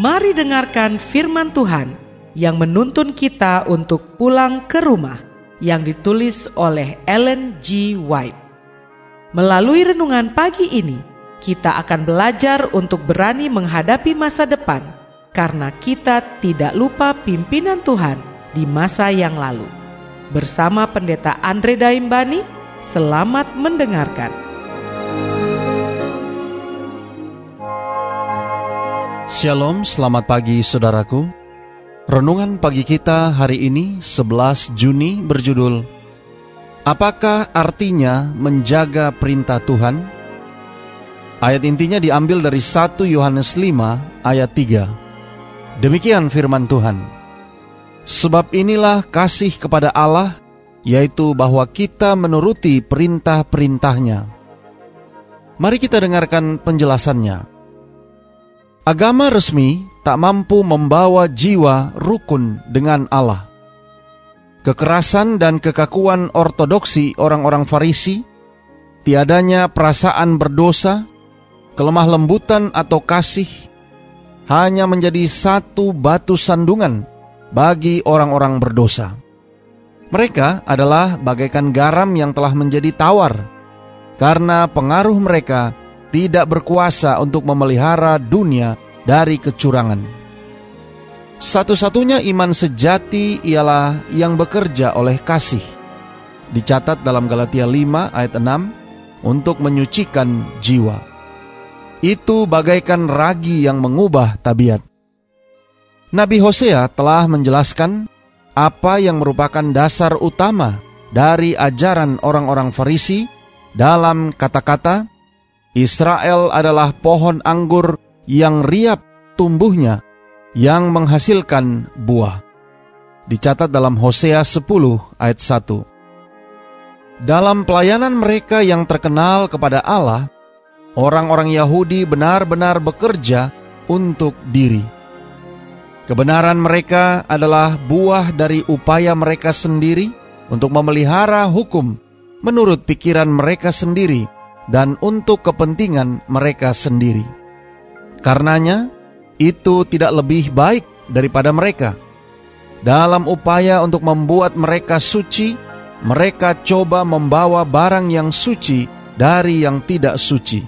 Mari dengarkan firman Tuhan yang menuntun kita untuk pulang ke rumah, yang ditulis oleh Ellen G. White. Melalui renungan pagi ini, kita akan belajar untuk berani menghadapi masa depan, karena kita tidak lupa pimpinan Tuhan di masa yang lalu. Bersama Pendeta Andre Daimbani, selamat mendengarkan. Shalom, selamat pagi saudaraku. Renungan pagi kita hari ini 11 Juni berjudul Apakah artinya menjaga perintah Tuhan? Ayat intinya diambil dari 1 Yohanes 5 ayat 3. Demikian firman Tuhan. Sebab inilah kasih kepada Allah, yaitu bahwa kita menuruti perintah-perintahnya. Mari kita dengarkan penjelasannya. Agama resmi tak mampu membawa jiwa rukun dengan Allah. Kekerasan dan kekakuan ortodoksi orang-orang Farisi, tiadanya perasaan berdosa, kelemah lembutan atau kasih, hanya menjadi satu batu sandungan bagi orang-orang berdosa. Mereka adalah bagaikan garam yang telah menjadi tawar, karena pengaruh mereka tidak berkuasa untuk memelihara dunia dari kecurangan. Satu-satunya iman sejati ialah yang bekerja oleh kasih. Dicatat dalam Galatia 5 ayat 6, untuk menyucikan jiwa. Itu bagaikan ragi yang mengubah tabiat. Nabi Hosea telah menjelaskan apa yang merupakan dasar utama dari ajaran orang-orang Farisi dalam kata-kata, Israel adalah pohon anggur yang riap tumbuhnya, yang menghasilkan buah. Dicatat dalam Hosea 10 ayat 1. Dalam pelayanan mereka yang terkenal kepada Allah, orang-orang Yahudi benar-benar bekerja untuk diri. Kebenaran mereka adalah buah dari upaya mereka sendiri untuk memelihara hukum menurut pikiran mereka sendiri dan untuk kepentingan mereka sendiri. Karenanya, itu tidak lebih baik daripada mereka. Dalam upaya untuk membuat mereka suci, mereka coba membawa barang yang suci dari yang tidak suci.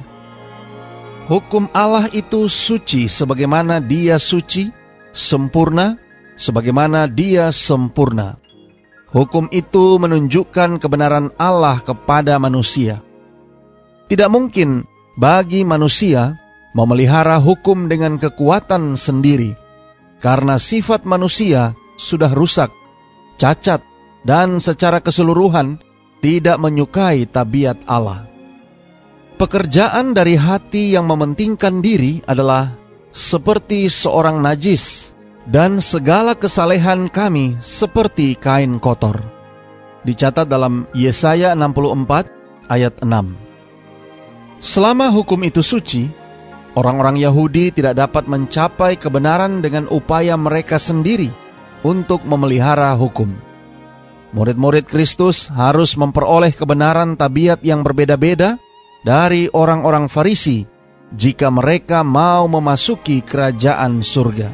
Hukum Allah itu suci sebagaimana Dia suci, sempurna sebagaimana Dia sempurna. Hukum itu menunjukkan kebenaran Allah kepada manusia. Tidak mungkin bagi manusia memelihara hukum dengan kekuatan sendiri, karena sifat manusia sudah rusak, cacat, dan secara keseluruhan tidak menyukai tabiat Allah. Pekerjaan dari hati yang mementingkan diri adalah seperti seorang najis, dan segala kesalehan kami seperti kain kotor. Dicatat dalam Yesaya 64 ayat 6. Selama hukum itu suci, orang-orang Yahudi tidak dapat mencapai kebenaran dengan upaya mereka sendiri untuk memelihara hukum. Murid-murid Kristus harus memperoleh kebenaran tabiat yang berbeda-beda dari orang-orang Farisi jika mereka mau memasuki kerajaan surga.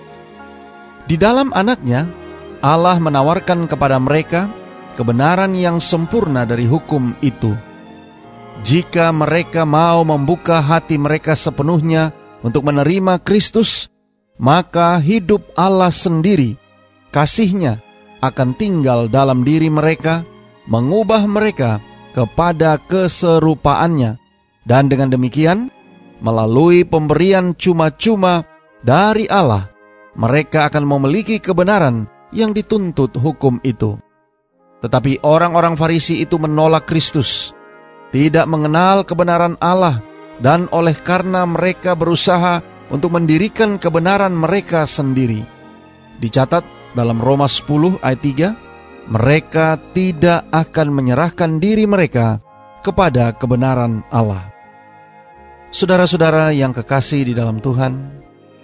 Di dalam Anaknya, Allah menawarkan kepada mereka kebenaran yang sempurna dari hukum itu. Jika mereka mau membuka hati mereka sepenuhnya untuk menerima Kristus, maka hidup Allah sendiri, kasih-Nya akan tinggal dalam diri mereka, mengubah mereka kepada keserupaannya. Dan dengan demikian, melalui pemberian cuma-cuma dari Allah, mereka akan memiliki kebenaran yang dituntut hukum itu. Tetapi orang-orang Farisi itu menolak Kristus, tidak mengenal kebenaran Allah, dan oleh karena mereka berusaha untuk mendirikan kebenaran mereka sendiri. Dicatat dalam Roma 10 ayat 3, mereka tidak akan menyerahkan diri mereka kepada kebenaran Allah. Saudara-saudara yang kekasih di dalam Tuhan,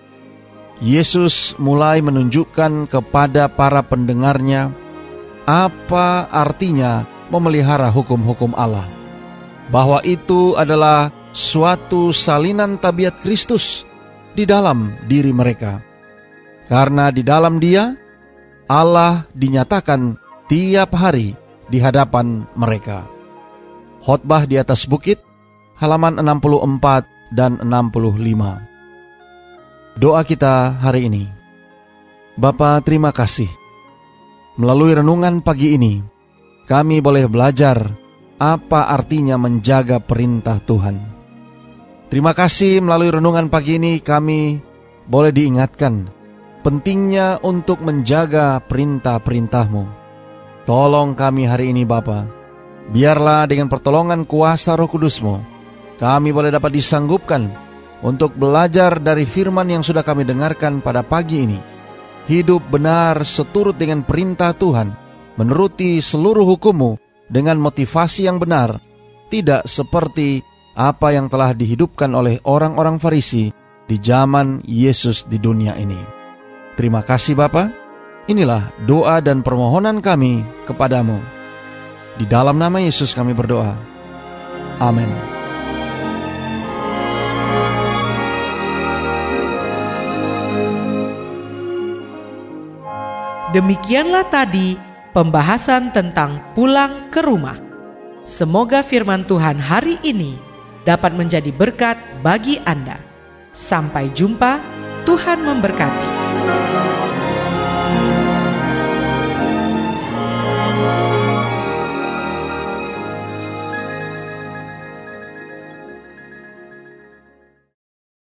Yesus mulai menunjukkan kepada para pendengarnya apa artinya memelihara hukum-hukum Allah, bahwa itu adalah suatu salinan tabiat Kristus di dalam diri mereka. Karena di dalam Dia, Allah dinyatakan tiap hari di hadapan mereka. Khotbah di atas bukit, halaman 64 dan 65. Doa kita hari ini. Bapa, terima kasih. Melalui renungan pagi ini, kami boleh belajar apa artinya menjaga perintah Tuhan. Terima kasih melalui renungan pagi ini kami boleh diingatkan pentingnya untuk menjaga perintah-perintah-Mu. Tolong kami hari ini Bapa, biarlah dengan pertolongan kuasa Roh Kudus-Mu, kami boleh dapat disanggupkan untuk belajar dari firman yang sudah kami dengarkan pada pagi ini. Hidup benar seturut dengan perintah Tuhan, menuruti seluruh hukum-Mu dengan motivasi yang benar, tidak seperti apa yang telah dihidupkan oleh orang-orang Farisi di zaman Yesus di dunia ini. Terima kasih Bapa. Inilah doa dan permohonan kami kepadamu. Di dalam nama Yesus kami berdoa. Amin. Demikianlah tadi pembahasan tentang pulang ke rumah. Semoga firman Tuhan hari ini dapat menjadi berkat bagi Anda. Sampai jumpa, Tuhan memberkati.